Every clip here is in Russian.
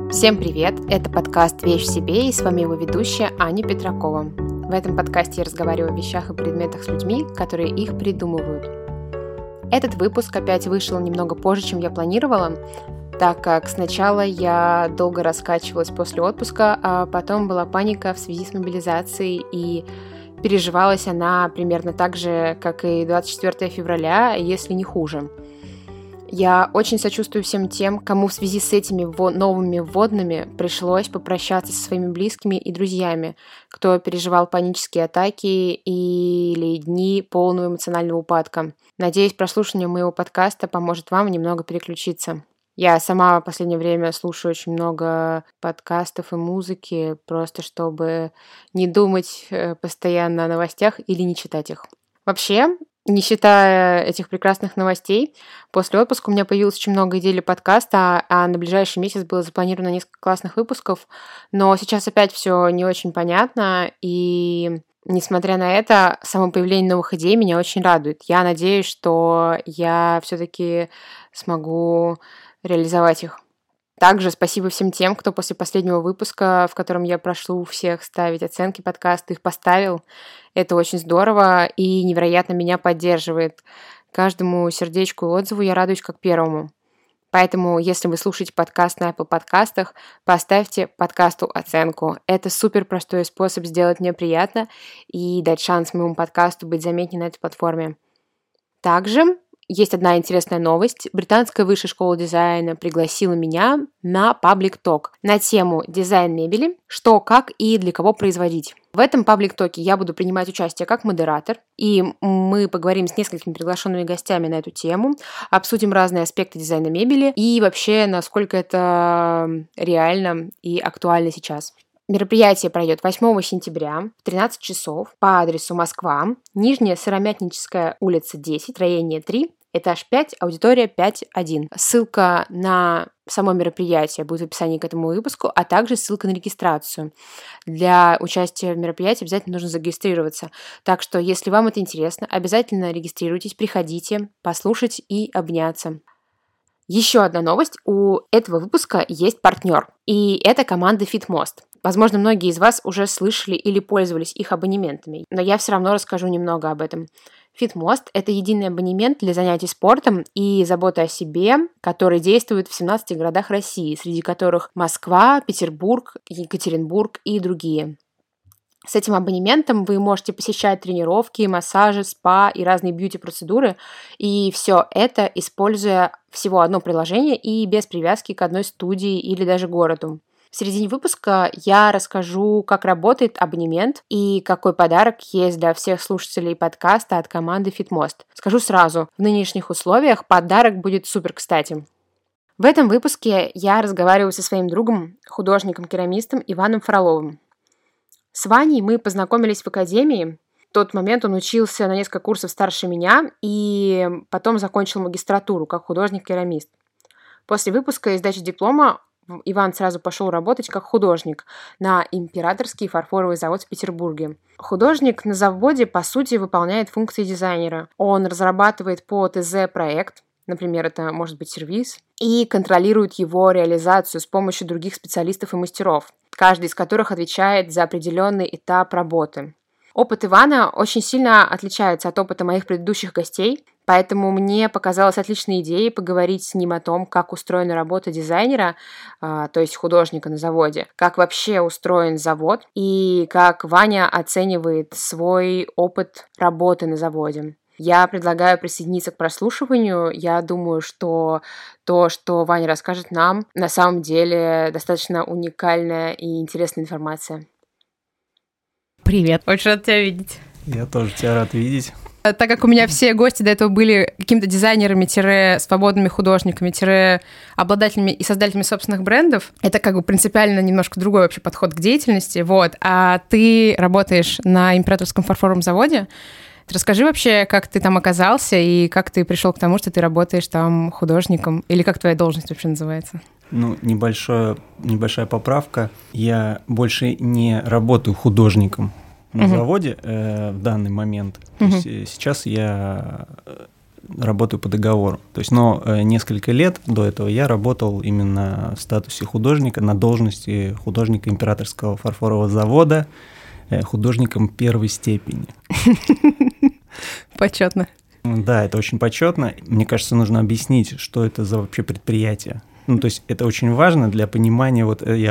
Всем привет! Это подкаст «Вещь в себе» и с вами его ведущая Аня Петракова. В этом подкасте я разговариваю о вещах и предметах с людьми, которые их придумывают. Этот выпуск опять вышел немного позже, чем я планировала, так как сначала я долго раскачивалась после отпуска, а потом была паника в связи с мобилизацией, и переживалась она примерно так же, как и 24 февраля, если не хуже. Я очень сочувствую всем тем, кому в связи с этими новыми вводными пришлось попрощаться со своими близкими и друзьями, кто переживал панические атаки или дни полного эмоционального упадка. Надеюсь, прослушивание моего подкаста поможет вам немного переключиться. Я сама в последнее время слушаю очень много подкастов и музыки, просто чтобы не думать постоянно о новостях или не читать их. Вообще, не считая этих прекрасных новостей, после отпуска у меня появилось очень много идей для подкаста, а на ближайший месяц было запланировано несколько классных выпусков, но сейчас опять все не очень понятно, и несмотря на это, само появление новых идей меня очень радует. Я надеюсь, что я все-таки смогу реализовать их. Также спасибо всем тем, кто после последнего выпуска, в котором я прошу всех ставить оценки подкаста, их поставил. Это очень здорово и невероятно меня поддерживает. Каждому сердечку и отзыву я радуюсь как первому. Поэтому, если вы слушаете подкаст на Apple подкастах, поставьте подкасту оценку. Это супер простой способ сделать мне приятно и дать шанс моему подкасту быть заметнее на этой платформе. Также есть одна интересная новость. Британская высшая школа дизайна пригласила меня на Public Talk на тему дизайн мебели, что, как и для кого производить. В этом Public Talk я буду принимать участие как модератор, и мы поговорим с несколькими приглашенными гостями на эту тему, обсудим разные аспекты дизайна мебели и вообще, насколько это реально и актуально сейчас. Мероприятие пройдет 8 сентября в 13 часов по адресу Москва, Нижняя Сыромятническая улица 10, строение 3, этаж 5, аудитория 5.1. Ссылка на само мероприятие будет в описании к этому выпуску, а также ссылка на регистрацию. Для участия в мероприятии обязательно нужно зарегистрироваться. Так что, если вам это интересно, обязательно регистрируйтесь, приходите, послушать и обняться. Еще одна новость. У этого выпуска есть партнер, и это команда FitMost. Возможно, многие из вас уже слышали или пользовались их абонементами, но я все равно расскажу немного об этом. FitMost – это единый абонемент для занятий спортом и заботы о себе, который действует в 17 городах России, среди которых Москва, Петербург, Екатеринбург и другие. С этим абонементом вы можете посещать тренировки, массажи, спа и разные бьюти-процедуры, и все это, используя всего одно приложение и без привязки к одной студии или даже городу. В середине выпуска я расскажу, как работает абонемент и какой подарок есть для всех слушателей подкаста от команды FitMost. Скажу сразу, в нынешних условиях подарок будет супер кстати. В этом выпуске я разговариваю со своим другом, художником-керамистом Иваном Фроловым. С Ваней мы познакомились в академии. В тот момент он учился на несколько курсов старше меня и потом закончил магистратуру как художник-керамист. После выпуска и сдачи диплома Иван сразу пошел работать как художник на Императорский фарфоровый завод в Петербурге. Художник на заводе, по сути, выполняет функции дизайнера. Он разрабатывает по ТЗ проект, например, это может быть сервиз, и контролирует его реализацию с помощью других специалистов и мастеров, каждый из которых отвечает за определенный этап работы. Опыт Ивана очень сильно отличается от опыта моих предыдущих гостей, поэтому мне показалась отличной идеей поговорить с ним о том, как устроена работа дизайнера, то есть художника на заводе, как вообще устроен завод и как Ваня оценивает свой опыт работы на заводе. Я предлагаю присоединиться к прослушиванию. Я думаю, что то, что Ваня расскажет нам, на самом деле достаточно уникальная и интересная информация. Привет, очень рад тебя видеть. Я тоже тебя рад видеть. Так как у меня все гости до этого были какими-то дизайнерами, свободными художниками, обладателями и создателями собственных брендов, это как бы принципиально немножко другой вообще подход к деятельности. Вот. А ты работаешь на Императорском фарфоровом заводе. Расскажи вообще, как ты там оказался и как ты пришел к тому, что ты работаешь там художником, или как твоя должность вообще называется? Небольшая поправка. Я больше не работаю художником на заводе в данный момент. То есть сейчас я работаю по договору. То есть, но несколько лет до этого я работал именно в статусе художника на должности художника Императорского фарфорового завода, художником первой степени. Почетно. Да, это очень почетно. Мне кажется, нужно объяснить, что это за вообще предприятие. Ну, то есть это очень важно для понимания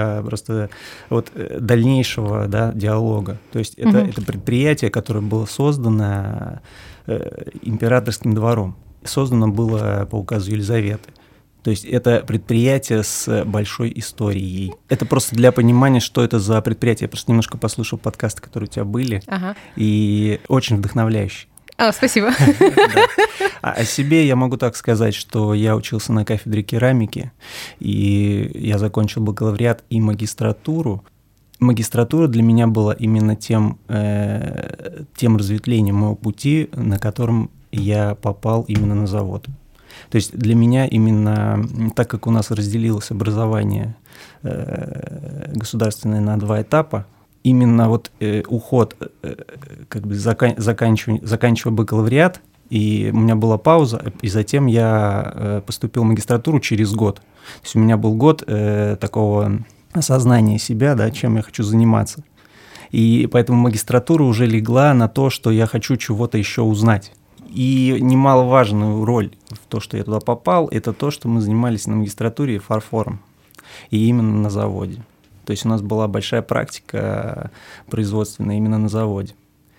дальнейшего, да, диалога. То есть это предприятие, которое было создано императорским двором. Создано было по указу Елизаветы. То есть это предприятие с большой историей. Это просто для понимания, что это за предприятие. Я просто немножко послушал подкасты, которые у тебя были, и очень вдохновляющие. Спасибо. А о себе я могу так сказать, что я учился на кафедре керамики, и я закончил бакалавриат и магистратуру. Магистратура для меня была именно тем разветвлением моего пути, на котором я попал именно на завод. То есть для меня именно, так как у нас разделилось образование государственное на 2 этапа, именно уход, заканчивая бакалавриат, и у меня была пауза, и затем я поступил в магистратуру через год. То есть у меня был год такого осознания себя, да, чем я хочу заниматься. И поэтому магистратура уже легла на то, что я хочу чего-то еще узнать. И немаловажную роль в том, что я туда попал, это то, что мы занимались на магистратуре фарфором, и именно на заводе. То есть у нас была большая практика производственная именно на заводе.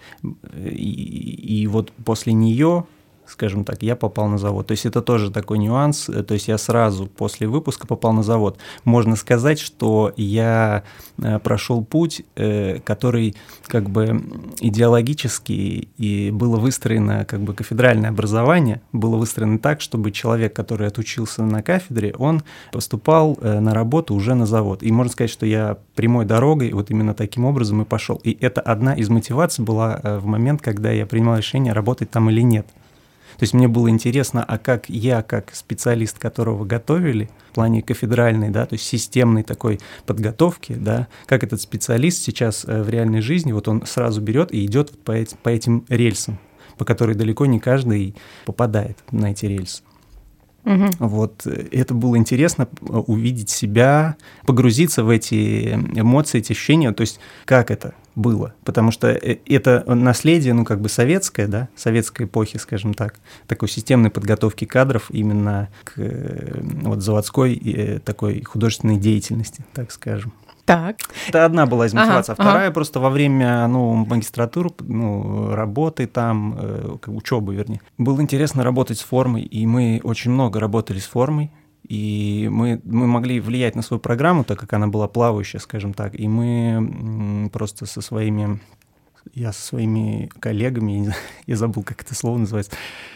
И вот после нее, скажем так, я попал на завод. То есть это тоже такой нюанс. То есть я сразу после выпуска попал на завод. Можно сказать, что я прошел путь, который как бы идеологически, и было выстроено как бы кафедральное образование, было выстроено так, чтобы человек, который отучился на кафедре, он поступал на работу уже на завод. И можно сказать, что я прямой дорогой вот именно таким образом и пошел. И это одна из мотиваций была в момент, когда я принимал решение, работать там или нет. То есть мне было интересно, а как я, как специалист, которого готовили в плане кафедральной, да, то есть системной такой подготовки, да, как этот специалист сейчас в реальной жизни, вот он сразу берет и идет по этим рельсам, по которым далеко не каждый попадает на эти рельсы. Вот это было интересно увидеть себя, погрузиться в эти эмоции, эти ощущения, то есть как это было, потому что это наследие, ну, как бы советское, да, советской эпохи, скажем так, такой системной подготовки кадров именно к вот заводской такой художественной деятельности, так скажем. Так. Это одна была из мотиваций, а вторая просто во время магистратуры, работы там, учебы, вернее. Было интересно работать с формой, и мы очень много работали с формой, и мы могли влиять на свою программу, так как она была плавающая, скажем так, и мы просто со своими коллегами, я забыл, как это слово называется,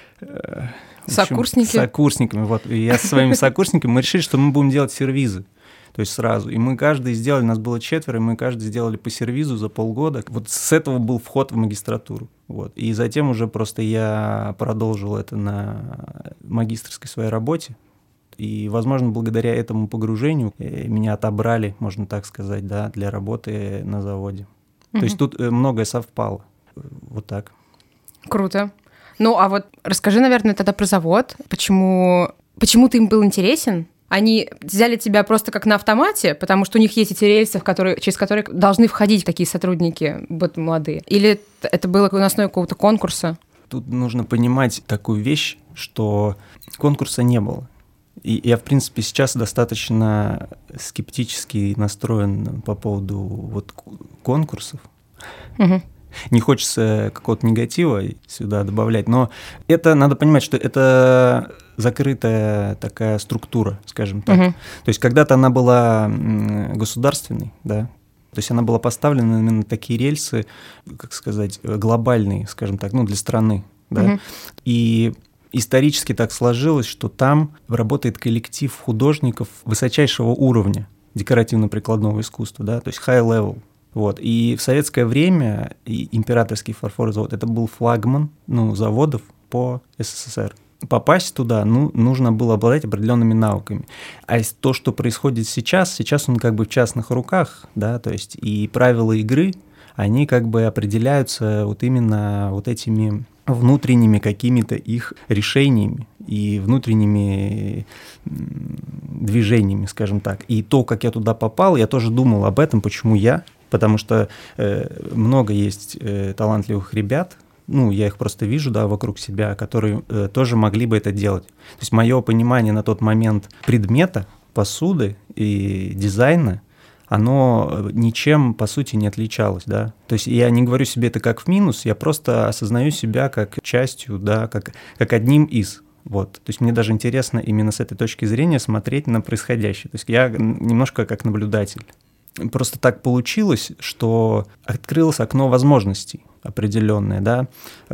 сокурсниками, вот, и я со своими сокурсниками, мы решили, что мы будем делать сервизы. То есть сразу. И мы каждый сделали, нас было 4, и мы каждый сделали по сервизу за полгода. Вот с этого был вход в магистратуру. Вот. И затем уже просто я продолжил это на магистерской своей работе. И, возможно, благодаря этому погружению меня отобрали, можно так сказать, да, для работы на заводе. То есть тут многое совпало. Вот так. Круто. Ну, а вот расскажи, наверное, тогда про завод. Почему ты им был интересен? Они взяли тебя просто как на автомате, потому что у них есть эти рельсы, через которые должны входить такие сотрудники вот молодые? Или это было на основе какого-то конкурса? Тут нужно понимать такую вещь, что конкурса не было. И я, в принципе, сейчас достаточно скептически настроен по поводу вот конкурсов. Не хочется какого-то негатива сюда добавлять, но это надо понимать, что это закрытая такая структура, скажем так. То есть когда-то она была государственной, да, то есть она была поставлена на такие рельсы, как сказать, глобальные, скажем так, ну, для страны, да. И исторически так сложилось, что там работает коллектив художников высочайшего уровня декоративно-прикладного искусства, да, то есть high level. Вот. И в советское время Императорский фарфоровый завод – это был флагман заводов по СССР. Попасть туда нужно было обладать определенными навыками. А то, что происходит сейчас он как бы в частных руках, да, то есть и правила игры, они как бы определяются вот именно вот этими внутренними какими-то их решениями и внутренними движениями, скажем так. И то, как я туда попал, я тоже думал об этом, почему я, потому что много есть талантливых ребят, ну, я их просто вижу, да, вокруг себя, которые тоже могли бы это делать. То есть мое понимание на тот момент предмета, посуды и дизайна, оно ничем, по сути, не отличалось, да. То есть я не говорю себе это как в минус, я просто осознаю себя как частью, да, как одним из. Вот. То есть мне даже интересно именно с этой точки зрения смотреть на происходящее. То есть я немножко как наблюдатель. Просто так получилось, что открылось окно возможностей определенное, да,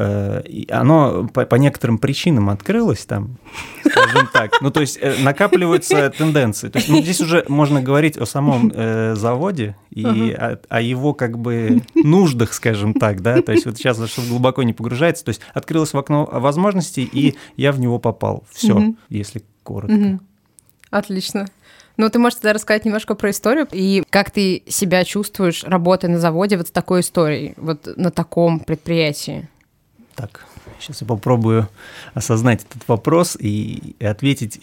и оно по некоторым причинам открылось там, скажем так, ну, то есть накапливаются тенденции, то есть ну, здесь уже можно говорить о самом заводе и о его как бы нуждах, скажем так, да, то есть вот сейчас, чтобы глубоко не погружаться, то есть открылось окно возможностей, и я в него попал, все, если коротко. Отлично. Ну, ты можешь тогда рассказать немножко про историю и как ты себя чувствуешь, работая на заводе вот с такой историей, вот на таком предприятии? Так, сейчас я попробую осознать этот вопрос и ответить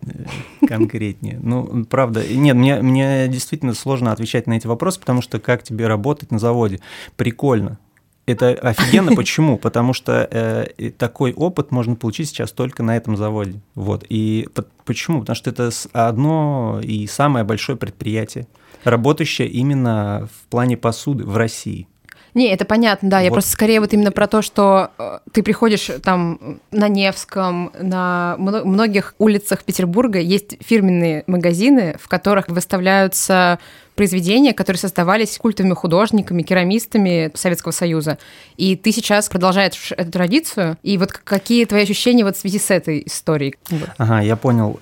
конкретнее. Ну, правда, нет, мне действительно сложно отвечать на эти вопросы, потому что как тебе работать на заводе? Прикольно. Это офигенно. Почему? Потому что такой опыт можно получить сейчас только на этом заводе. Вот. И почему? Потому что это одно и самое большое предприятие, работающее именно в плане посуды в России. Не, это понятно, да. Я просто скорее вот именно про то, что ты приходишь там на Невском, на многих улицах Петербурга есть фирменные магазины, в которых выставляются произведения, которые создавались культовыми художниками, керамистами Советского Союза. И ты сейчас продолжаешь эту традицию. И вот какие твои ощущения вот в связи с этой историей? Ага, я понял.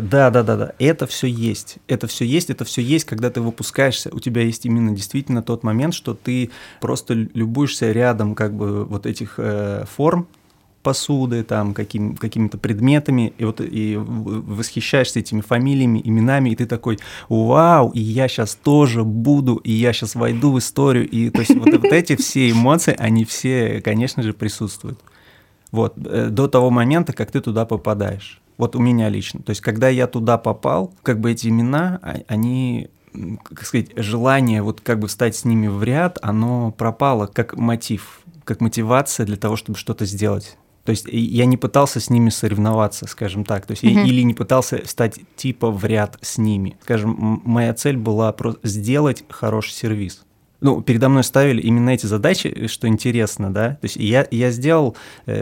Да. Это все есть. Это все есть, когда ты выпускаешься. У тебя есть именно действительно тот момент, что ты просто любуешься рядом как бы вот этих форм посуды, там, какими-то предметами, и восхищаешься этими фамилиями, именами, и ты такой: вау, и я сейчас тоже буду, и я сейчас войду в историю, и то есть вот эти все эмоции, они все, конечно же, присутствуют. Вот, до того момента, как ты туда попадаешь. Вот у меня лично. То есть когда я туда попал, как бы эти имена, они, как сказать, желание вот как бы встать с ними в ряд, оно пропало как мотив, как мотивация для того, чтобы что-то сделать. То есть я не пытался с ними соревноваться, скажем так, то есть или не пытался стать типа в ряд с ними. Скажем, моя цель была просто сделать хороший сервис. Ну, передо мной ставили именно эти задачи, что интересно, да. То есть я сделал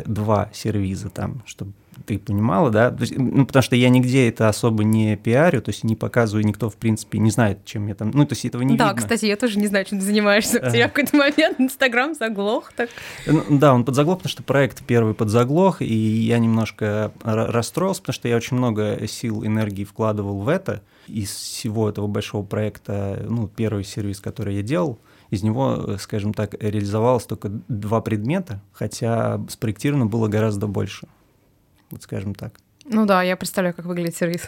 2 сервиза там, чтобы ты понимала, да, ну, потому что я нигде это особо не пиарю, то есть не показываю, никто, в принципе, не знает, чем я там, ну, то есть этого не видно. Да, кстати, я тоже не знаю, чем ты занимаешься. У тебя в какой-то момент Инстаграм заглох так. Да, он подзаглох, потому что проект первый подзаглох, и я немножко расстроился, потому что я очень много сил, энергии вкладывал в это. Из всего этого большого проекта, ну, первый сервис, который я делал, из него, скажем так, реализовалось только 2 предмета, хотя спроектировано было гораздо больше. Вот скажем так. Ну да, я представляю, как выглядит сервис.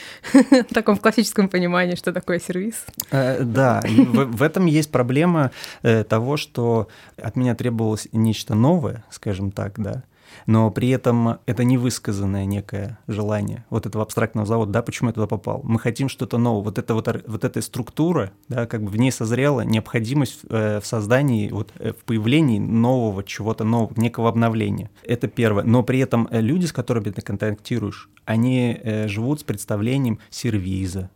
В таком классическом понимании, что такое сервис. Да, в этом есть проблема того, что от меня требовалось нечто новое, скажем так, да, но при этом это невысказанное некое желание вот этого абстрактного завода, да, почему я туда попал. Мы хотим что-то новое. Вот эта структура, да, как бы в ней созрела необходимость в создании, вот, в появлении нового чего-то нового, некого обновления. Это первое. Но при этом люди, с которыми ты контактируешь, они живут с представлением сервиза,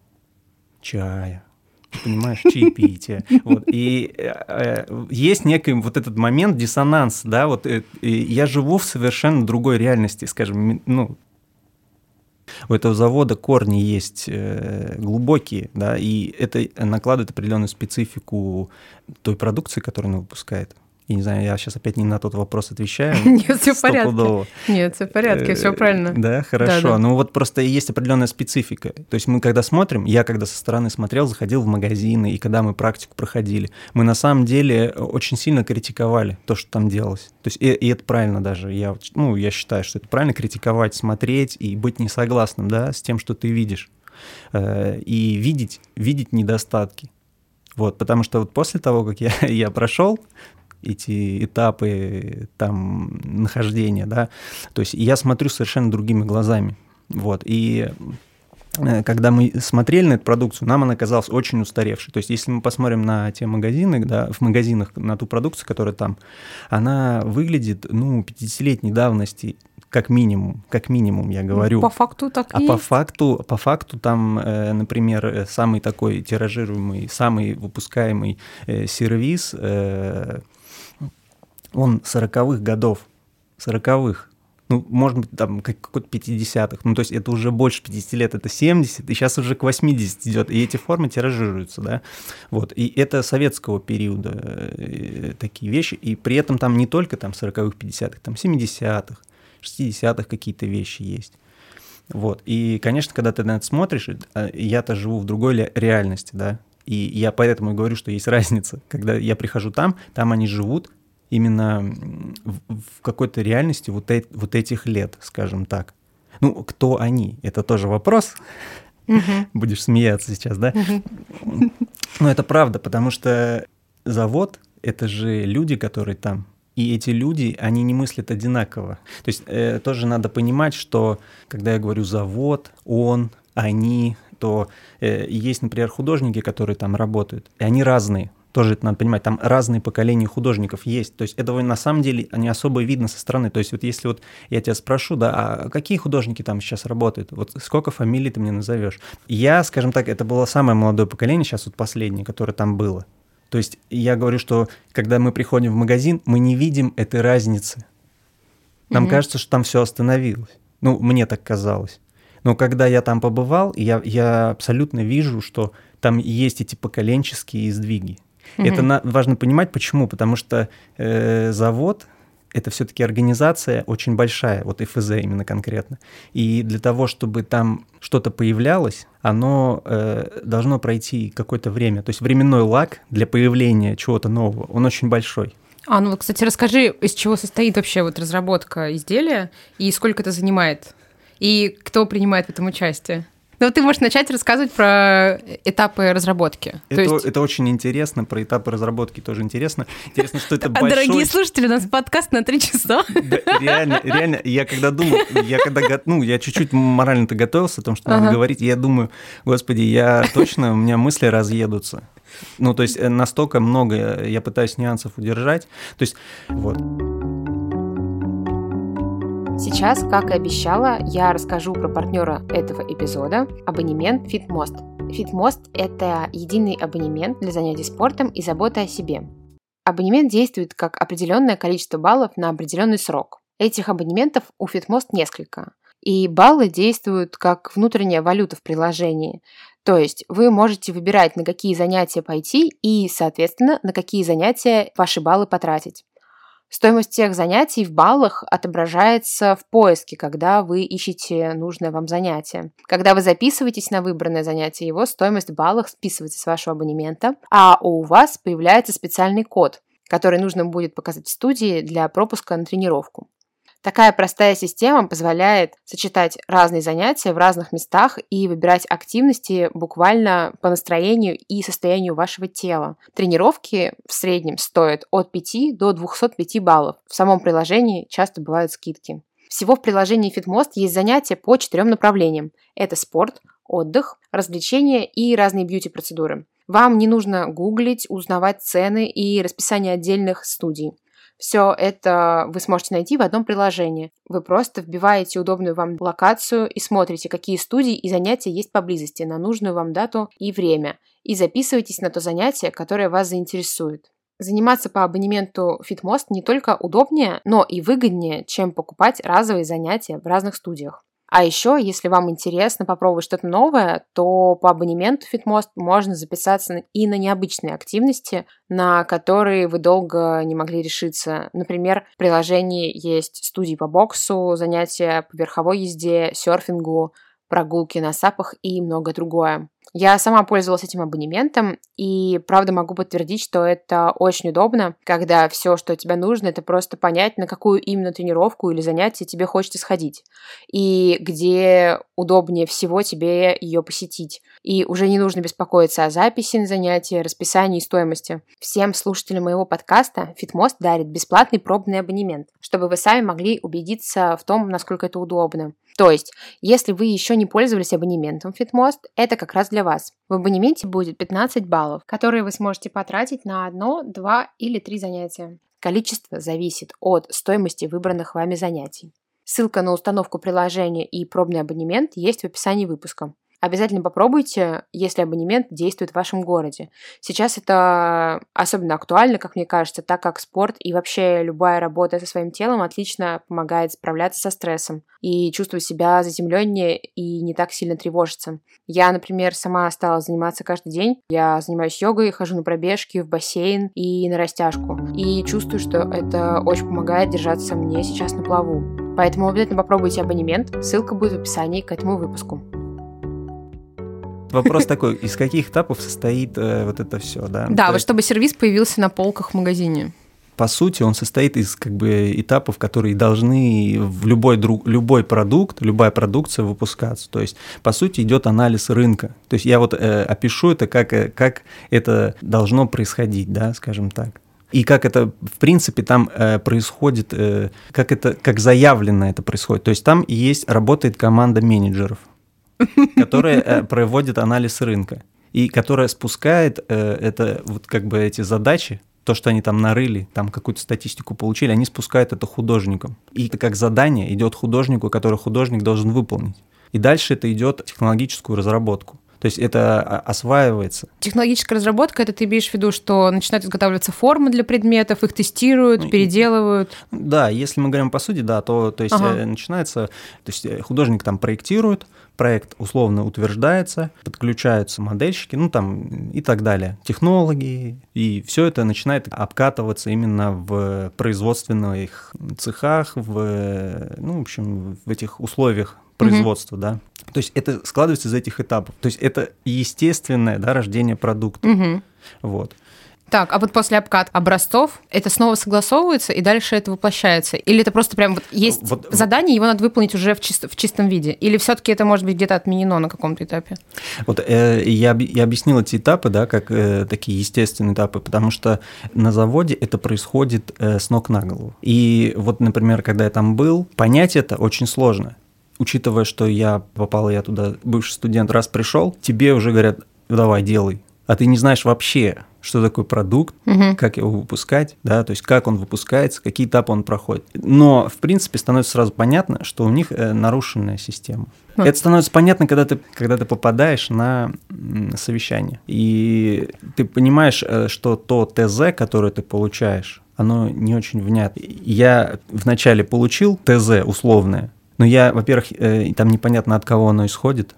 чая, понимаешь, чаепитие. Вот. И есть некий вот этот момент, диссонанс, да, вот я живу в совершенно другой реальности, скажем, ну, у этого завода корни есть глубокие, да, и это накладывает определенную специфику той продукции, которую он выпускает. Я не знаю, я сейчас опять не на тот вопрос отвечаю. Нет, все в порядке. Нет, все в порядке, все правильно. Да, хорошо. Да. Ну вот просто есть определенная специфика. То есть мы когда смотрим, я когда со стороны смотрел, заходил в магазины, и когда мы практику проходили, мы на самом деле очень сильно критиковали то, что там делалось. То есть и это правильно даже. Я считаю, что это правильно критиковать, смотреть и быть несогласным, да, с тем, что ты видишь. И видеть недостатки. Вот, потому что вот после того, как я прошел эти этапы там нахождения, да, то есть я смотрю совершенно другими глазами, вот, и когда мы смотрели на эту продукцию, нам она казалась очень устаревшей. То есть если мы посмотрим на те магазины, да, в магазинах на ту продукцию, которая там, она выглядит, 50-летней давности, как минимум, я говорю. По факту так и есть. По факту там, например, самый такой тиражируемый, самый выпускаемый сервис, он 40-х годов, 40-х. Может быть, там какой-то 50-х. То есть это уже больше 50 лет, это 70, и сейчас уже к 80 идет, и эти формы тиражируются, да. Вот, и это советского периода такие вещи, и при этом там не только там 40-х, 50-х, там 70-х, 60-х какие-то вещи есть. Вот, и, конечно, когда ты на это смотришь, я-то живу в другой реальности, да, и я поэтому и говорю, что есть разница. Когда я прихожу там они живут именно в какой-то реальности вот этих лет, скажем так. Кто они? Это тоже вопрос. Будешь смеяться сейчас, да? Но это правда, потому что завод — это же люди, которые там. И эти люди, они не мыслят одинаково. То есть тоже надо понимать, что когда я говорю «завод», «он», «они», то есть, например, художники, которые там работают, и они разные. Тоже это надо понимать, там разные поколения художников есть, то есть этого на самом деле не особо видно со стороны, то есть вот если вот я тебя спрошу, да, а какие художники там сейчас работают, вот сколько фамилий ты мне назовешь? Я, скажем так, это было самое молодое поколение, сейчас вот последнее, которое там было, то есть я говорю, что когда мы приходим в магазин, мы не видим этой разницы, нам кажется, что там все остановилось, мне так казалось. Но когда я там побывал, я абсолютно вижу, что там есть эти поколенческие сдвиги. Это важно понимать, почему? Потому что завод — это все-таки организация очень большая, вот ИФЗ именно конкретно. И для того, чтобы там что-то появлялось, оно должно пройти какое-то время. То есть временной лаг для появления чего-то нового, он очень большой. Кстати, расскажи, из чего состоит вообще вот разработка изделия и сколько это занимает? И кто принимает в этом участие? Ты можешь начать рассказывать про этапы разработки. Это очень интересно, про этапы разработки тоже интересно. Интересно, что это большой... Дорогие слушатели, у нас подкаст на 3 часа. Да, реально, я когда думал, я чуть-чуть морально-то готовился о том, что надо говорить, и я думаю, господи, у меня мысли разъедутся. То есть настолько много я пытаюсь нюансов удержать. То есть, вот. Сейчас, как и обещала, я расскажу про партнера этого эпизода – абонемент Fitmost. Fitmost – это единый абонемент для занятий спортом и заботы о себе. Абонемент действует как определенное количество баллов на определенный срок. Этих абонементов у Fitmost несколько. И баллы действуют как внутренняя валюта в приложении. То есть вы можете выбирать, на какие занятия пойти и, соответственно, на какие занятия ваши баллы потратить. Стоимость тех занятий в баллах отображается в поиске, когда вы ищете нужное вам занятие. Когда вы записываетесь на выбранное занятие, его стоимость в баллах списывается с вашего абонемента, а у вас появляется специальный код, который нужно будет показать в студии для пропуска на тренировку. Такая простая система позволяет сочетать разные занятия в разных местах и выбирать активности буквально по настроению и состоянию вашего тела. Тренировки в среднем стоят от 5 до 205 баллов. В самом приложении часто бывают скидки. Всего в приложении Fitmost есть занятия по 4 направлениям. Это спорт, отдых, развлечения и разные бьюти-процедуры. Вам не нужно гуглить, узнавать цены и расписание отдельных студий. Все это вы сможете найти в одном приложении. Вы просто вбиваете удобную вам локацию и смотрите, какие студии и занятия есть поблизости на нужную вам дату и время, и записываетесь на то занятие, которое вас заинтересует. Заниматься по абонементу Fitmost не только удобнее, но и выгоднее, чем покупать разовые занятия в разных студиях. А еще, если вам интересно попробовать что-то новое, то по абонементу Fitmost можно записаться и на необычные активности, на которые вы долго не могли решиться. Например, в приложении есть студии по боксу, занятия по верховой езде, серфингу, прогулки на сапах и многое другое. Я сама пользовалась этим абонементом, и правда могу подтвердить, что это очень удобно, когда все, что тебе нужно, это просто понять, на какую именно тренировку или занятие тебе хочется сходить, и где удобнее всего тебе ее посетить. И уже не нужно беспокоиться о записи на занятия, расписании и стоимости. Всем слушателям моего подкаста Fitmost дарит бесплатный пробный абонемент, чтобы вы сами могли убедиться в том, насколько это удобно. То есть, если вы еще не пользовались абонементом Fitmost, это как раз для вас. В абонементе будет 15 баллов, которые вы сможете потратить на 1, 2 или 3 занятия. Количество зависит от стоимости выбранных вами занятий. Ссылка на установку приложения и пробный абонемент есть в описании выпуска. Обязательно попробуйте, если абонемент действует в вашем городе. Сейчас это особенно актуально, как мне кажется, так как спорт и вообще любая работа со своим телом отлично помогает справляться со стрессом и чувствовать себя заземленнее и не так сильно тревожиться. Я, например, сама стала заниматься каждый день. Я занимаюсь йогой, хожу на пробежки, в бассейн и на растяжку. И чувствую, что это очень помогает держаться мне сейчас на плаву. Поэтому обязательно попробуйте абонемент. Ссылка будет в описании к этому выпуску. Вопрос такой, из каких этапов состоит вот это все, да? Да, вот чтобы сервис появился на полках в магазине. По сути, он состоит из этапов, которые должны в любой продукт, любая продукция выпускаться. То есть, по сути, идет анализ рынка. То есть я вот опишу это, как это должно происходить, да, скажем так. И как это, в принципе, там происходит, как заявлено это происходит. То есть там работает команда менеджеров, которая проводит анализ рынка и которая спускает эти задачи, то, что они там нарыли, там какую-то статистику получили, они спускают это художникам. И это как задание идет художнику, которое художник должен выполнить. И дальше это идет в технологическую разработку. То есть это осваивается. Технологическая разработка, это ты имеешь в виду, что начинают изготавливаться формы для предметов, их тестируют, переделывают? Да, если мы говорим по сути, да, то есть начинается, то есть художник там проектирует, проект условно утверждается, подключаются модельщики, и так далее, технологи, и все это начинает обкатываться именно в производственных цехах, в этих условиях производства, да. То есть это складывается из этих этапов. То есть это естественное, да, рождение продукта. Вот. Так, а вот после обкатки образцов это снова согласовывается и дальше это воплощается? Или это просто прям есть задание, его надо выполнить уже в чистом виде? Или все-таки это может быть где-то отменено на каком-то этапе? Вот я объяснил эти этапы, да, как такие естественные этапы, потому что на заводе это происходит с ног на голову. И вот, например, когда я там был, понять это очень сложно. Учитывая, что я туда, бывший студент, раз пришел, тебе уже говорят, давай, делай. А ты не знаешь вообще, что такое продукт, как его выпускать, да, то есть как он выпускается, какие этапы он проходит. Но, в принципе, становится сразу понятно, что у них нарушенная система. Это становится понятно, когда ты попадаешь на совещание. И ты понимаешь, что то ТЗ, которое ты получаешь, оно не очень внятно. Я вначале получил ТЗ условное, но во-первых, там непонятно, от кого оно исходит,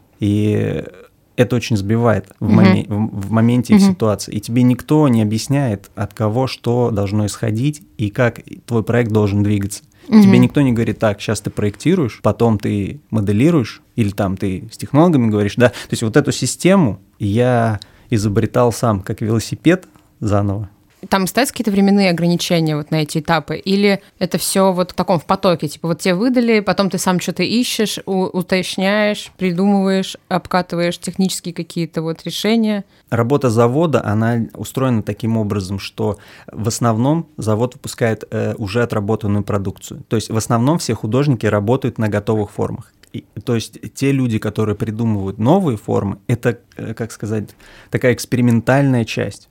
и это очень сбивает в моменте, в ситуации. И тебе никто не объясняет, от кого что должно исходить и как твой проект должен двигаться. Тебе никто не говорит, так, сейчас ты проектируешь, потом ты моделируешь, или там ты с технологами говоришь, да. То есть вот эту систему я изобретал сам, как велосипед заново. Там ставятся какие-то временные ограничения вот на эти этапы? Или это все вот в таком в потоке? Типа вот тебе выдали, потом ты сам что-то ищешь, уточняешь, придумываешь, обкатываешь технические какие-то вот решения? Работа завода, она устроена таким образом, что в основном завод выпускает уже отработанную продукцию. То есть в основном все художники работают на готовых формах. То есть те люди, которые придумывают новые формы, это, как сказать, такая экспериментальная часть.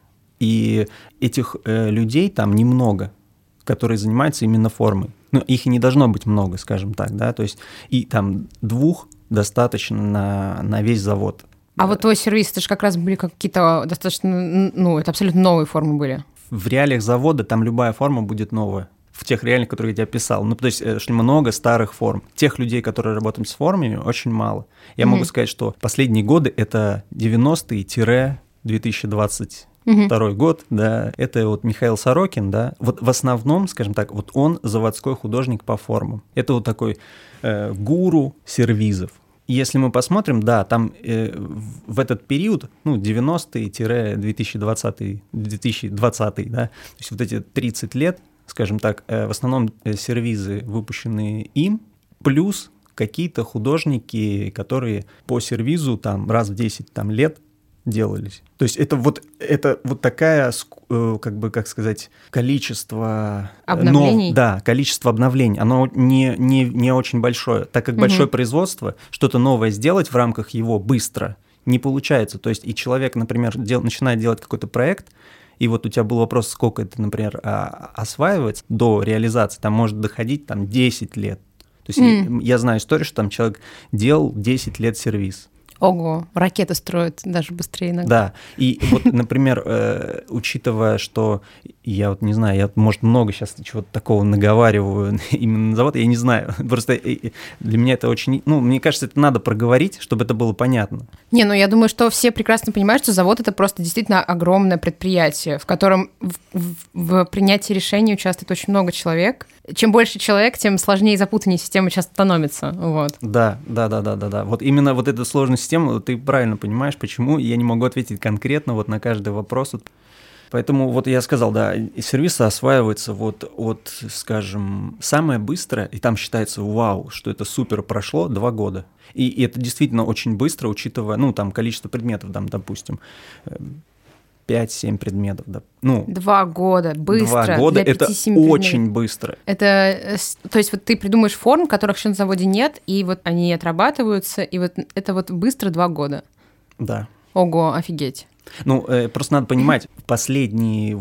И этих людей там немного, которые занимаются именно формой. Ну, их и не должно быть много, скажем так, да, то есть и там 2 достаточно на весь завод. А вот твой сервис, это же как раз были какие-то достаточно, это абсолютно новые формы были. В реалиях завода там любая форма будет новая. В тех реалиях, которые я тебе описал. То есть много старых форм. Тех людей, которые работают с формами, очень мало. Я могу сказать, что последние годы это 90-е-2020 второй год, да, это вот Михаил Сорокин, да, вот в основном, скажем так, вот он заводской художник по формам. Это вот такой гуру сервизов. если мы посмотрим, да, там в этот период, 90-2020, да, то есть вот эти 30 лет, скажем так, в основном сервизы, выпущенные им, плюс какие-то художники, которые по сервизу там раз в 10 лет делались. То есть это вот такая, как сказать, количество обновлений. Количество обновлений. Оно не очень большое. Так как большое производство, что-то новое сделать в рамках его быстро не получается. То есть и человек, например, начинает делать какой-то проект, и вот у тебя был вопрос, сколько это, например, осваивается до реализации, там может доходить 10 лет. То есть я знаю историю, что там человек делал 10 лет сервис. Ого, ракеты строят даже быстрее иногда. Да, и вот, например, учитывая, что я вот не знаю, я, может, много сейчас чего-то такого наговариваю именно на завод, я не знаю, просто для меня это очень, мне кажется, это надо проговорить, чтобы это было понятно. Я думаю, что все прекрасно понимают, что завод — это просто действительно огромное предприятие, в котором в принятии решений участвует очень много человек. Чем больше человек, тем сложнее и запутаннее система часто становится. Вот. Да. Вот именно вот эта сложная система, ты правильно понимаешь, почему я не могу ответить конкретно вот на каждый вопрос. Поэтому вот я сказал, да, сервисы осваиваются скажем, самое быстрое, и там считается, вау, что это супер прошло 2 года. И это действительно очень быстро, учитывая, там количество предметов, там, допустим, 5-7 предметов. Да. 2 года, быстро. 2 года, для это 5-7 очень быстро. Это, то есть вот ты придумаешь форм, которых еще на заводе нет, и вот они отрабатываются, и вот это вот быстро 2 года. Да. Ого, офигеть. Просто надо понимать, последние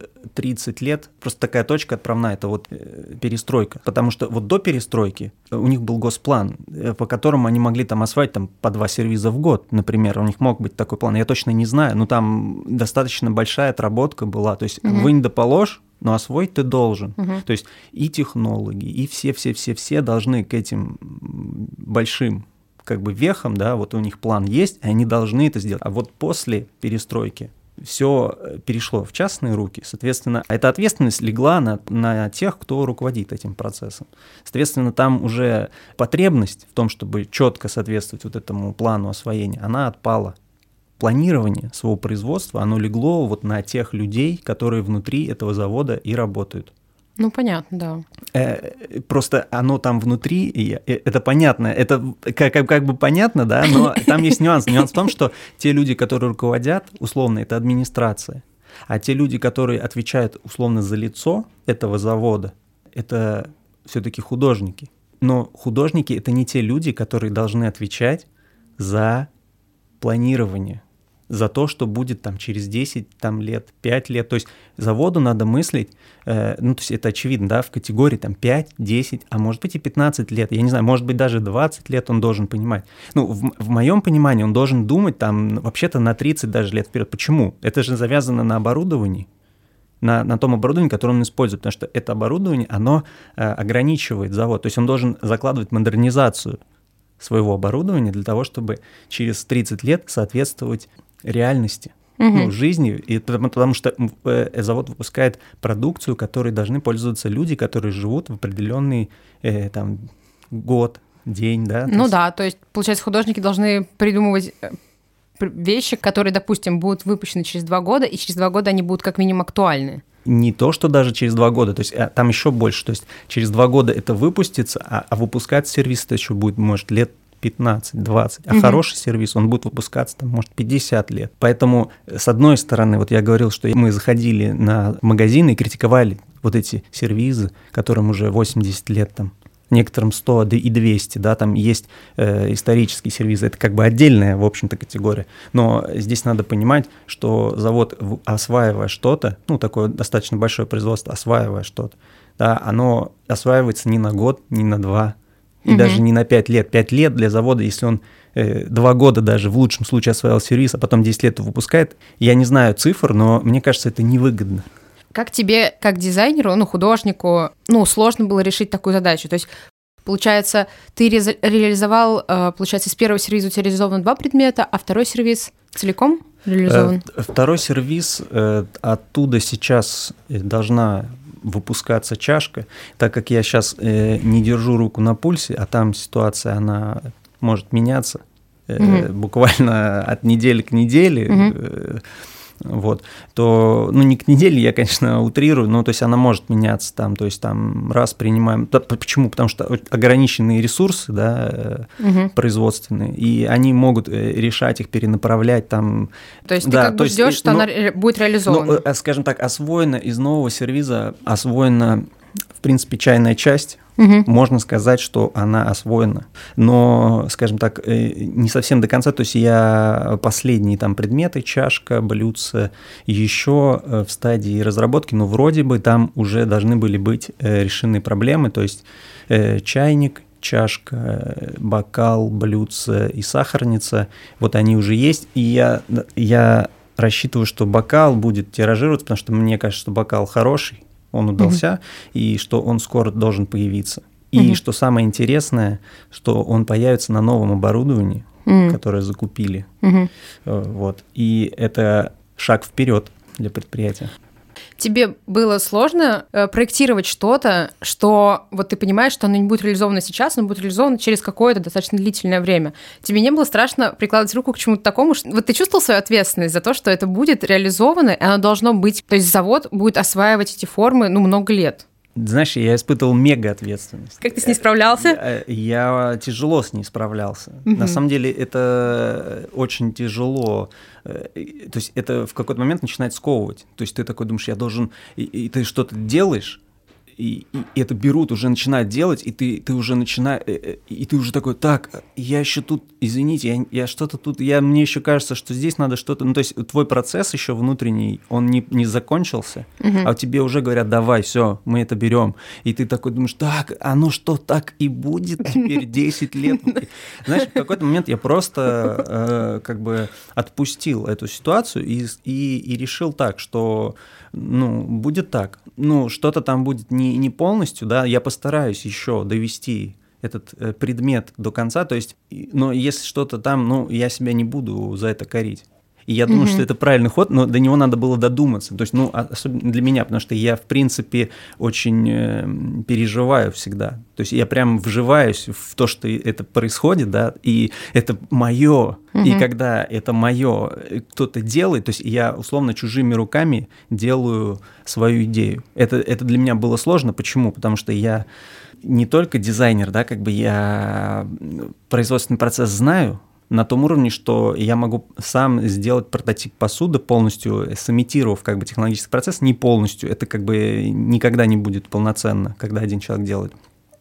30 лет просто такая точка отправная, это перестройка. Потому что до перестройки у них был госплан, по которому они могли осваивать по 2 сервиза в год, например. У них мог быть такой план. Я точно не знаю, но там достаточно большая отработка была. То есть вынь да положь, но освоить ты должен. То есть и технологи, и все должны к этим большим вехам, да, вот у них план есть, и они должны это сделать. А вот после перестройки все перешло в частные руки, соответственно, эта ответственность легла на тех, кто руководит этим процессом. Соответственно, там уже потребность в том, чтобы четко соответствовать этому плану освоения, она отпала. Планирование своего производства, оно легло на тех людей, которые внутри этого завода и работают. Понятно, да. Просто оно там внутри, это понятно, это как бы понятно, да, но там есть нюанс. Нюанс в том, что те люди, которые руководят, условно, это администрация, а те люди, которые отвечают, условно, за лицо этого завода, это все-таки художники. Но художники — это не те люди, которые должны отвечать за планирование, за то, что будет через 10 лет, 5 лет. То есть заводу надо мыслить, то есть это очевидно, да, в категории 5, 10, а может быть и 15 лет. Я не знаю, может быть даже 20 лет он должен понимать. В моем понимании он должен думать вообще-то на 30 даже лет вперед. Почему? Это же завязано на оборудовании, на том оборудовании, которое он использует, потому что это оборудование, оно ограничивает завод. То есть он должен закладывать модернизацию своего оборудования для того, чтобы через 30 лет соответствовать реальности, жизни, и потому что завод выпускает продукцию, которой должны пользоваться люди, которые живут в определенный год, день, да. То есть, получается, художники должны придумывать вещи, которые, допустим, будут выпущены через 2 года, и через 2 года они будут как минимум актуальны. Не то, что даже через 2 года, то есть там еще больше, то есть через 2 года это выпустится, а выпускать сервис это еще будет, может, лет 15-20, а хороший сервис, он будет выпускаться, может, 50 лет. Поэтому, с одной стороны, я говорил, что мы заходили на магазины и критиковали эти сервизы, которым уже 80 лет, некоторым 100 и 200, да, там есть исторические сервизы, это отдельная, в общем-то, категория. Но здесь надо понимать, что завод, осваивая что-то, такое достаточно большое производство, осваивая что-то, да, оно осваивается не на год, не на 2, и даже не на 5 лет. 5 лет для завода, если он 2 года даже в лучшем случае осваивал сервис, а потом 10 лет его выпускает, я не знаю цифр, но мне кажется, это невыгодно. Как тебе, как дизайнеру, художнику, сложно было решить такую задачу? То есть, получается, ты реализовал, получается, с первого сервиза у тебя реализовано 2 предмета, а второй сервис целиком реализован? Второй сервис, оттуда сейчас должна выпускаться чашка, так как я сейчас не держу руку на пульсе, а там ситуация, она может меняться буквально от недели к неделе, вот, то, ну, не к неделе, я, конечно, утрирую, но, то есть, она может меняться там, то есть, там, раз принимаем, почему? Потому что ограниченные ресурсы, да, производственные, и они могут решать их, перенаправлять там. То есть, да, ты как бы ждешь, что она будет реализована? Ну, скажем так, освоена из нового сервиза, освоена, в принципе, чайная часть. Можно сказать, что она освоена, но, скажем так, не совсем до конца. То есть я последние там предметы, чашка, блюдце, еще в стадии разработки, но вроде бы там уже должны были быть решены проблемы. То есть чайник, чашка, бокал, блюдце и сахарница, вот они уже есть. И я рассчитываю, что бокал будет тиражироваться, потому что мне кажется, что бокал хороший. Он удался, и что он скоро должен появиться. И что самое интересное, что он появится на новом оборудовании, которое закупили. Вот. И это шаг вперед для предприятия. Тебе было сложно проектировать что-то, что вот ты понимаешь, что оно не будет реализовано сейчас, оно будет реализовано через какое-то достаточно длительное время. Тебе не было страшно прикладывать руку к чему-то такому, что вот ты чувствовал свою ответственность за то, что это будет реализовано, и оно должно быть, то есть завод будет осваивать эти формы, ну, много лет. Знаешь, я испытывал мега ответственность. Как ты с ней справлялся? Я тяжело с ней справлялся. На самом деле это очень тяжело. То есть это в какой-то момент начинает сковывать. То есть ты такой думаешь, я должен... И ты что-то делаешь, и это берут, уже начинают делать, и ты уже начинаешь... И ты уже такой, так, я еще тут, извините, я что-то тут... Мне еще кажется, что здесь надо что-то... Ну, то есть твой процесс еще внутренний, он не закончился, а тебе уже говорят, давай, все, мы это берем. И ты такой думаешь, так, оно что, так и будет теперь 10 лет? Знаешь, в какой-то момент я просто как бы отпустил эту ситуацию и решил так, что, ну, будет так. Ну, что-то там будет не полностью, да, я постараюсь еще довести этот предмет до конца, то есть, но если что-то там, ну, я себя не буду за это корить. И я думаю, что это правильный ход, но до него надо было додуматься. То есть, ну, особенно для меня, потому что я, в принципе, очень переживаю всегда. То есть я прям вживаюсь в то, что это происходит, да, и это мое. И когда это мое кто-то делает, то есть я, условно, чужими руками делаю свою идею. Это для меня было сложно. Почему? Потому что я не только дизайнер, да, как бы я производственный процесс знаю, на том уровне, что я могу сам сделать прототип посуды полностью, сымитировав как бы технологический процесс, не полностью, это как бы никогда не будет полноценно, когда один человек делает.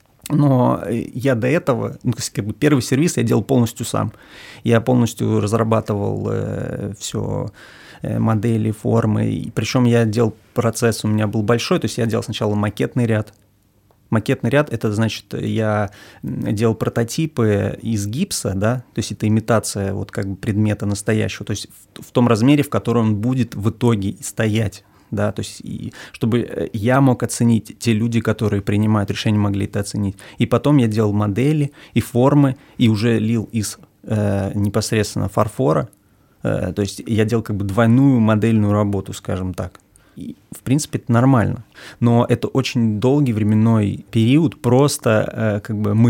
Но я до этого, ну, как бы первый сервис я делал полностью сам. Я полностью разрабатывал все модели, формы, причем я делал процесс, у меня был большой, то есть я делал сначала макетный ряд. Макетный ряд – это, значит, я делал прототипы из гипса, да, то есть это имитация вот как бы предмета настоящего, то есть в том размере, в котором он будет в итоге стоять, да, то есть чтобы я мог оценить, те люди, которые принимают решения, могли это оценить. И потом я делал модели и формы, и уже лил из непосредственно фарфора, то есть я делал как бы двойную модельную работу, скажем так. И, в принципе, это нормально. Но это очень долгий временной период просто как бы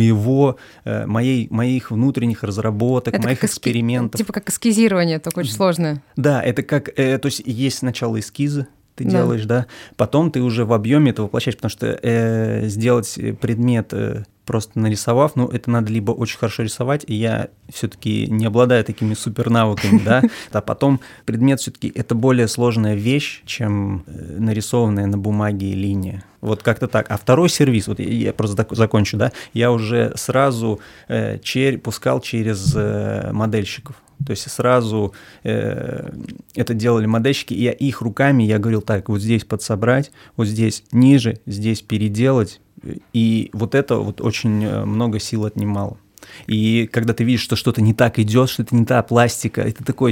моих внутренних разработок, это моих экспериментов. Типа как эскизирование, только очень сложное. Да, это как, то есть есть сначала эскизы, ты делаешь, да, потом ты уже в объеме это воплощаешь, потому что сделать предмет просто нарисовав, ну, это надо либо очень хорошо рисовать, и я все-таки не обладаю такими супернавыками, да, а потом предмет все-таки это более сложная вещь, чем нарисованная на бумаге линия. Вот как-то так. А второй сервис, вот я просто закончу, да, я уже сразу пускал через модельщиков. То есть сразу это делали модельщики, и я их руками, я говорил, так, вот здесь подсобрать, вот здесь ниже, здесь переделать, и вот это вот очень много сил отнимало. И когда ты видишь, что что-то не так идет, что это не та пластика, это такой...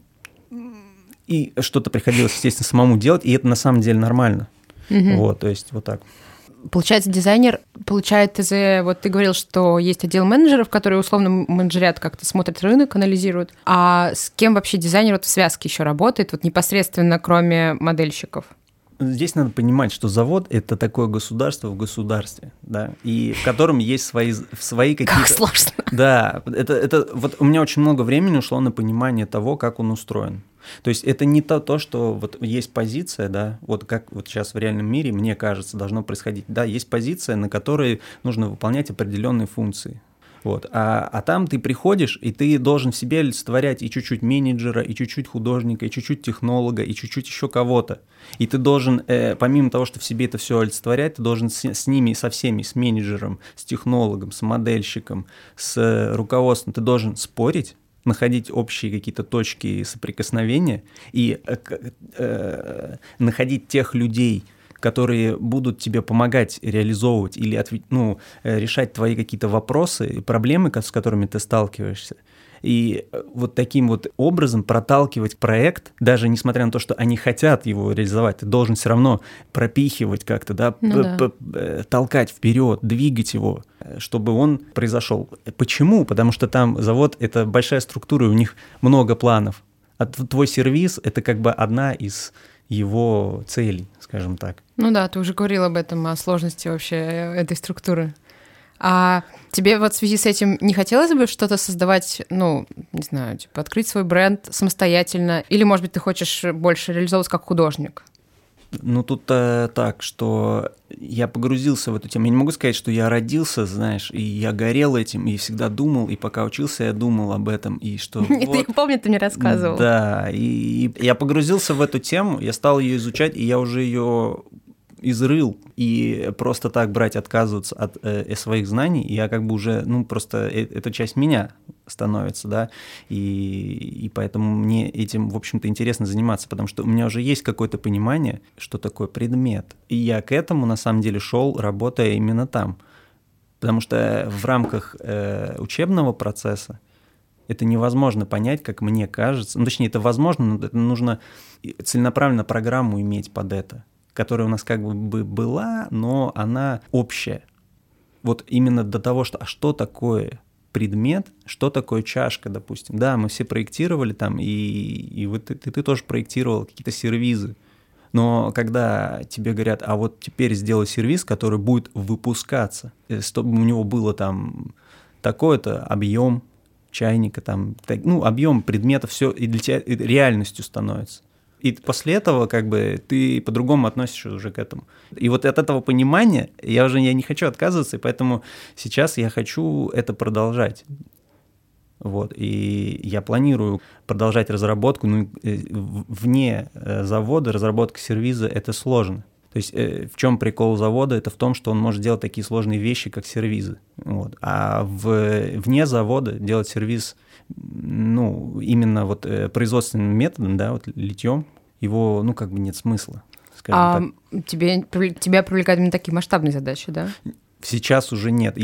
И что-то приходилось, естественно, самому делать, и это на самом деле нормально. Вот, то есть вот так. Получается, дизайнер получает ТЗ, вот ты говорил, что есть отдел менеджеров, которые условно менеджерят, как-то смотрят рынок, анализируют. А с кем вообще дизайнер вот в связке еще работает, вот непосредственно кроме модельщиков? Здесь надо понимать, что завод – это такое государство в государстве, да, и в котором есть свои какие-то… Как сложно. Да, это вот у меня очень много времени ушло на понимание того, как он устроен. То есть это не то, что вот есть позиция, да, вот как вот сейчас в реальном мире, мне кажется, должно происходить. Да, есть позиция, на которой нужно выполнять определенные функции. Вот. А там ты приходишь, и ты должен в себе олицетворять и чуть-чуть менеджера, и чуть-чуть художника, и чуть-чуть технолога, и чуть-чуть еще кого-то. И ты должен, помимо того, что в себе это все олицетворять, ты должен с ними, со всеми, с менеджером, с технологом, с модельщиком, с руководством, ты должен спорить, находить общие какие-то точки соприкосновения и находить тех людей, которые будут тебе помогать реализовывать или решать твои какие-то вопросы и проблемы, с которыми ты сталкиваешься. И вот таким вот образом проталкивать проект, даже несмотря на то, что они хотят его реализовать, ты должен все равно пропихивать как-то, да, толкать вперед, двигать его, чтобы он произошел. Почему? Потому что там завод — это большая структура, и у них много планов. А твой сервис — это как бы одна из его целей, скажем так. Ну да, ты уже говорил об этом, о сложности вообще этой структуры. А тебе вот в связи с этим не хотелось бы что-то создавать, ну, не знаю, типа открыть свой бренд самостоятельно? Или, может быть, ты хочешь больше реализовываться как художник? Ну, тут так, что я погрузился в эту тему. Я не могу сказать, что я родился, знаешь, и я горел этим, и всегда думал, и пока учился, я думал об этом, и что… Я помню, ты мне рассказывал. Да, и я погрузился в эту тему, я стал ее изучать, и я уже ее изрыл, и просто так брать, отказываться от своих знаний, я как бы уже, ну, просто это часть меня становится, да, и поэтому мне этим, в общем-то, интересно заниматься, потому что у меня уже есть какое-то понимание, что такое предмет, и я к этому, на самом деле, шел, работая именно там, потому что в рамках учебного процесса это невозможно понять, как мне кажется, ну, точнее, это возможно, но это нужно целенаправленно программу иметь под это, которая у нас как бы была, но она общая. Вот именно до того, что что такое предмет, что такое чашка, допустим. Да, мы все проектировали там, и вот ты тоже проектировал какие-то сервизы. Но когда тебе говорят, а вот теперь сделай сервиз, который будет выпускаться, чтобы у него было там такой-то объем чайника, там, ну, объем предметов, все и для тебя реальностью становится. И после этого как бы ты по-другому относишься уже к этому. И вот от этого понимания я не хочу отказываться, и поэтому сейчас я хочу это продолжать. Вот. И я планирую продолжать разработку. Ну, вне завода разработка сервиза – это сложно. То есть в чем прикол завода? Это в том, что он может делать такие сложные вещи, как сервизы. Вот. А вне завода делать сервиз, ну, именно вот производственным методом, да, вот литьем, его, ну, как бы нет смысла, скажем так. Тебя привлекают именно такие масштабные задачи, да? Сейчас уже нет.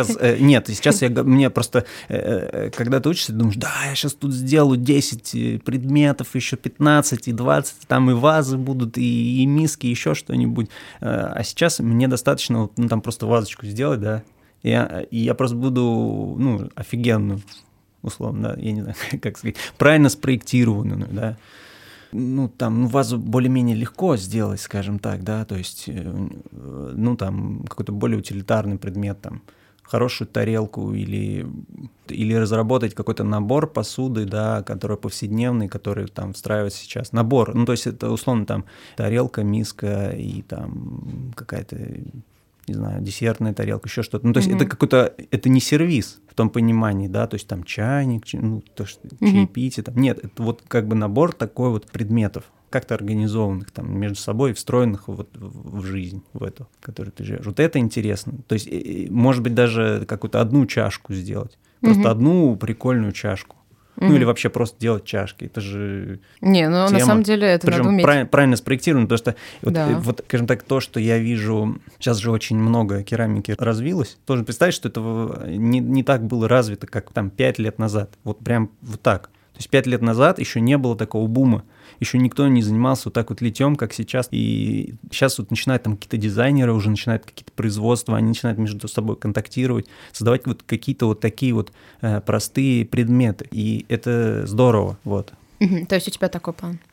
Мне просто, когда ты учишься, ты думаешь, да, я сейчас тут сделаю 10 предметов, еще 15 и 20, там и вазы будут, и миски, еще что-нибудь. А сейчас мне достаточно, ну, там просто вазочку сделать, да, и я просто буду, ну, офигенную, условно, да, я не знаю, как сказать, правильно спроектированную, да. Ну, там, ну, вазу более-менее легко сделать, скажем так, да, то есть, ну, там, какой-то более утилитарный предмет, там, хорошую тарелку или разработать какой-то набор посуды, да, который повседневный, который там встраивается сейчас. Набор, ну, то есть это, условно, там, тарелка, миска и там какая-то, не знаю, десертная тарелка, еще что-то. Ну, то есть это какой-то, это не сервис в том понимании, да, то есть там чайник, ну, то, что чаепитие, там. Нет, это вот как бы набор такой вот предметов, как-то организованных там между собой, встроенных вот в жизнь, в эту, в которой ты живешь. Вот это интересно. То есть, может быть, даже какую-то одну чашку сделать, просто одну прикольную чашку. Ну, или вообще просто делать чашки. Это же Не, ну, тема. На самом деле это причем надо уметь. правильно спроектировано, потому что, Да. вот, скажем так, то, что я вижу, сейчас же очень много керамики развилось. Должен представить, что это не так было развито, как там 5 лет назад. Вот прям вот так. То есть 5 лет назад еще не было такого бума. Еще никто не занимался вот так вот литьем, как сейчас. И сейчас вот начинают там какие-то дизайнеры, уже начинают какие-то производства, они начинают между собой контактировать, создавать вот какие-то вот такие вот простые предметы. И это здорово, вот. То есть у тебя такой план?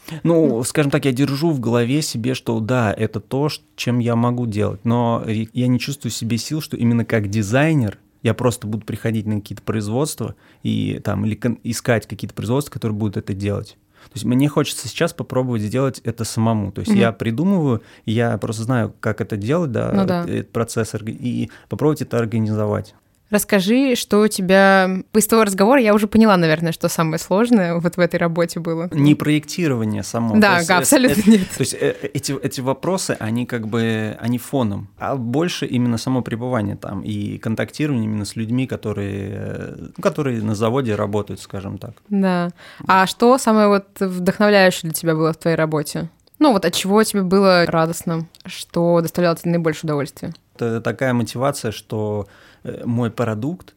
Ну, скажем так, я держу в голове себе, что да, это то, чем я могу делать, но я не чувствую в себе сил, что именно как дизайнер я просто буду приходить на какие-то производства и там или искать какие-то производства, которые будут это делать. То есть мне хочется сейчас попробовать сделать это самому. То есть я придумываю, я просто знаю, как это делать, да, этот процесс, и попробовать это организовать. Расскажи, что у тебя... Из твоего разговора я уже поняла, наверное, что самое сложное вот в этой работе было. Не проектирование само. Да, абсолютно нет. То есть эти вопросы, они как бы, они фоном, а больше именно само пребывание там и контактирование именно с людьми, которые на заводе работают, скажем так. Да. А что самое вот вдохновляющее для тебя было в твоей работе? Ну вот от чего тебе было радостно, что доставляло тебе наибольшее удовольствие? Это такая мотивация, что мой продукт,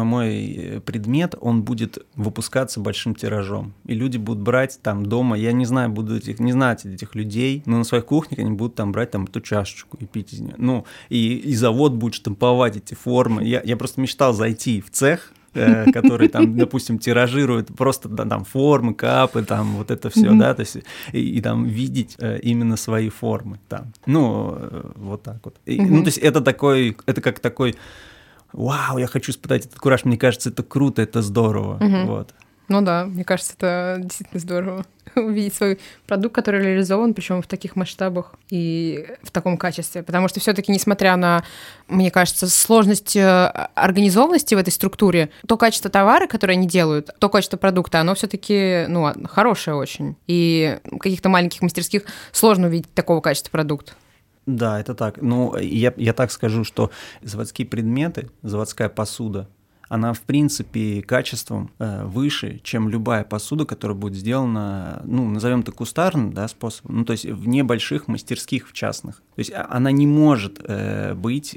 мой предмет, он будет выпускаться большим тиражом. И люди будут брать там дома, я не знаю, не знать этих людей, но на своих кухнях они будут там брать там эту чашечку и пить из нее. Ну, и завод будет штамповать эти формы. Я просто мечтал зайти в цех, который там, допустим, тиражирует просто там формы, капы, там вот это все, да, то есть и там видеть именно свои формы там. Ну, вот так вот. Ну, то есть это как такой, вау, я хочу испытать этот кураж, мне кажется, это круто, это здорово, вот. Ну да, мне кажется, это действительно здорово увидеть свой продукт, который реализован, причем в таких масштабах и в таком качестве. Потому что все-таки, несмотря на, мне кажется, сложность организованности в этой структуре, то качество товара, которое они делают, то качество продукта, оно все-таки хорошее очень. И в каких-то маленьких мастерских сложно увидеть такого качества продукт. Да, это так. Ну, я так скажу, что заводские предметы, заводская посуда, она, в принципе, качеством выше, чем любая посуда, которая будет сделана, ну, назовем это кустарным, да, способом, ну, то есть в небольших мастерских, в частных. То есть она не может быть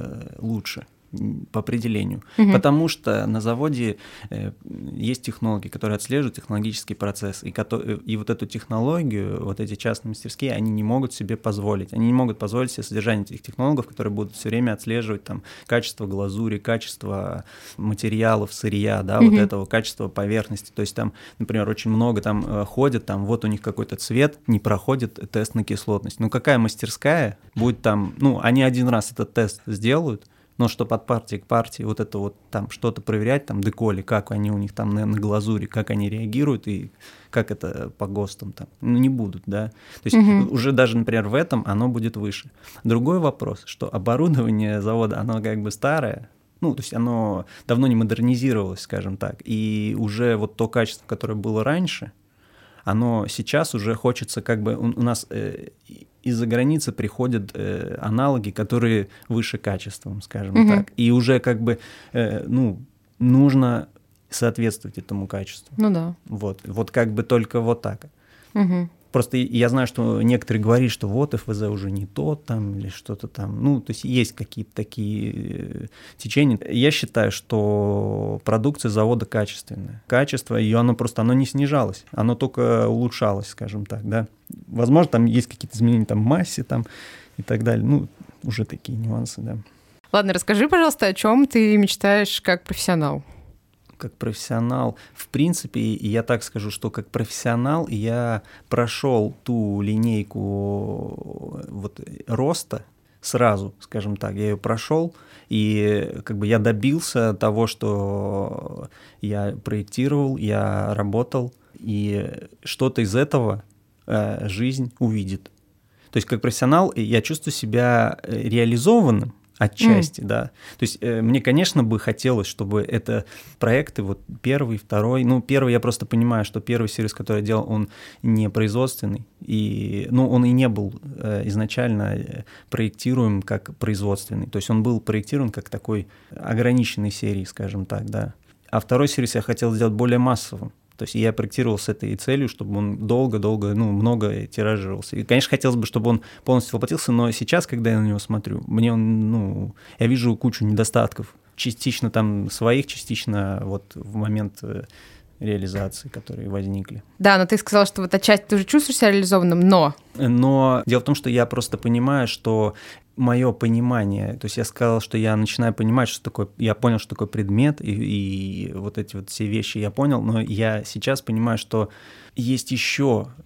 лучше по определению, потому что на заводе есть технологии, которые отслеживают технологический процесс, и вот эту технологию, вот эти частные мастерские, они не могут себе позволить, они не могут позволить себе содержание этих технологов, которые будут все время отслеживать там качество глазури, качество материалов, сырья, да, вот этого качества поверхности, то есть там, например, очень много там ходят, там вот у них какой-то цвет, не проходит тест на кислотность, ну какая мастерская будет там, ну они один раз этот тест сделают, но чтобы от партии к партии вот это вот там что-то проверять, там деколи, как они у них там на глазури, как они реагируют и как это по ГОСТам там, ну не будут, да. То есть уже даже, например, в этом оно будет выше. Другой вопрос, что оборудование завода, оно как бы старое, ну, то есть оно давно не модернизировалось, скажем так, и уже вот то качество, которое было раньше, оно сейчас уже хочется как бы у нас из-за границы приходят аналоги, которые выше качеством, скажем так, и уже как бы, ну, нужно соответствовать этому качеству. Ну да. Вот как бы только вот так. Просто я знаю, что некоторые говорят, что вот ФВЗ уже не тот там или что-то там. Ну, то есть есть какие-то такие течения. Я считаю, что продукция завода качественная. Качество ее, оно не снижалось, оно только улучшалось, скажем так, да. Возможно, там есть какие-то изменения там, в массе там, и так далее. Ну, уже такие нюансы, да. Ладно, расскажи, пожалуйста, о чем ты мечтаешь как профессионал? Как профессионал, в принципе, я так скажу, что как профессионал я прошел ту линейку вот роста сразу, скажем так, я ее прошел, и как бы я добился того, что я проектировал, я работал, и что-то из этого жизнь увидит. То есть как профессионал я чувствую себя реализованным, отчасти, да. То есть мне, конечно, бы хотелось, чтобы это проекты, вот первый, второй, ну, первый я просто понимаю, что первый сервис, который я делал, он не производственный, и, ну, он и не был изначально проектируем как производственный, то есть он был проектирован как такой ограниченной серии, скажем так, да. А второй сервис я хотел сделать более массовым. То есть я проектировал с этой целью, чтобы он долго-долго, ну, много тиражировался. И, конечно, хотелось бы, чтобы он полностью воплотился, но сейчас, когда я на него смотрю, мне он, ну, я вижу кучу недостатков. Частично там своих, частично вот в момент реализации, которые возникли. Да, но ты сказал, что вот отчасти ты уже чувствуешь себя реализованным, но... Но дело в том, что я просто понимаю, что мое понимание, то есть я сказал, что я начинаю понимать, что такое, я понял, что такое предмет, и вот эти вот все вещи я понял, но я сейчас понимаю, что есть еще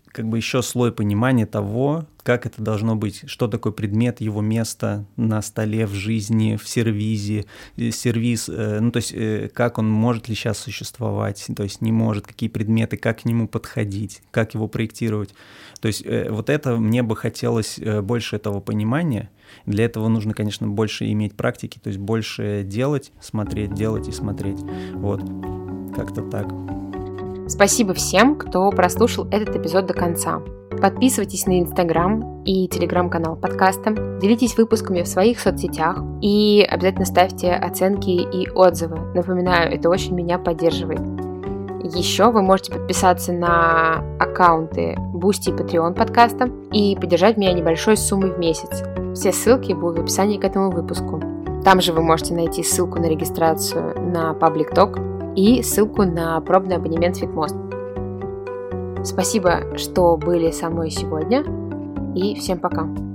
как бы еще слой понимания того, как это должно быть, что такое предмет, его место на столе, в жизни, в сервизе, сервиз, ну, то есть как он может ли сейчас существовать, то есть не может, какие предметы, как к нему подходить, как его проектировать. То есть вот это мне бы хотелось больше этого понимания. Для этого нужно, конечно, больше иметь практики, то есть больше делать и смотреть. Вот, как-то так. Спасибо всем, кто прослушал этот эпизод до конца. Подписывайтесь на Инстаграм и Телеграм-канал подкаста, делитесь выпусками в своих соцсетях и обязательно ставьте оценки и отзывы. Напоминаю, это очень меня поддерживает. Еще вы можете подписаться на аккаунты Boosty и Patreon подкаста и поддержать меня небольшой суммой в месяц. Все ссылки будут в описании к этому выпуску. Там же вы можете найти ссылку на регистрацию на Public Talk и ссылку на пробный абонемент Fitmost. Спасибо, что были со мной сегодня, и всем пока!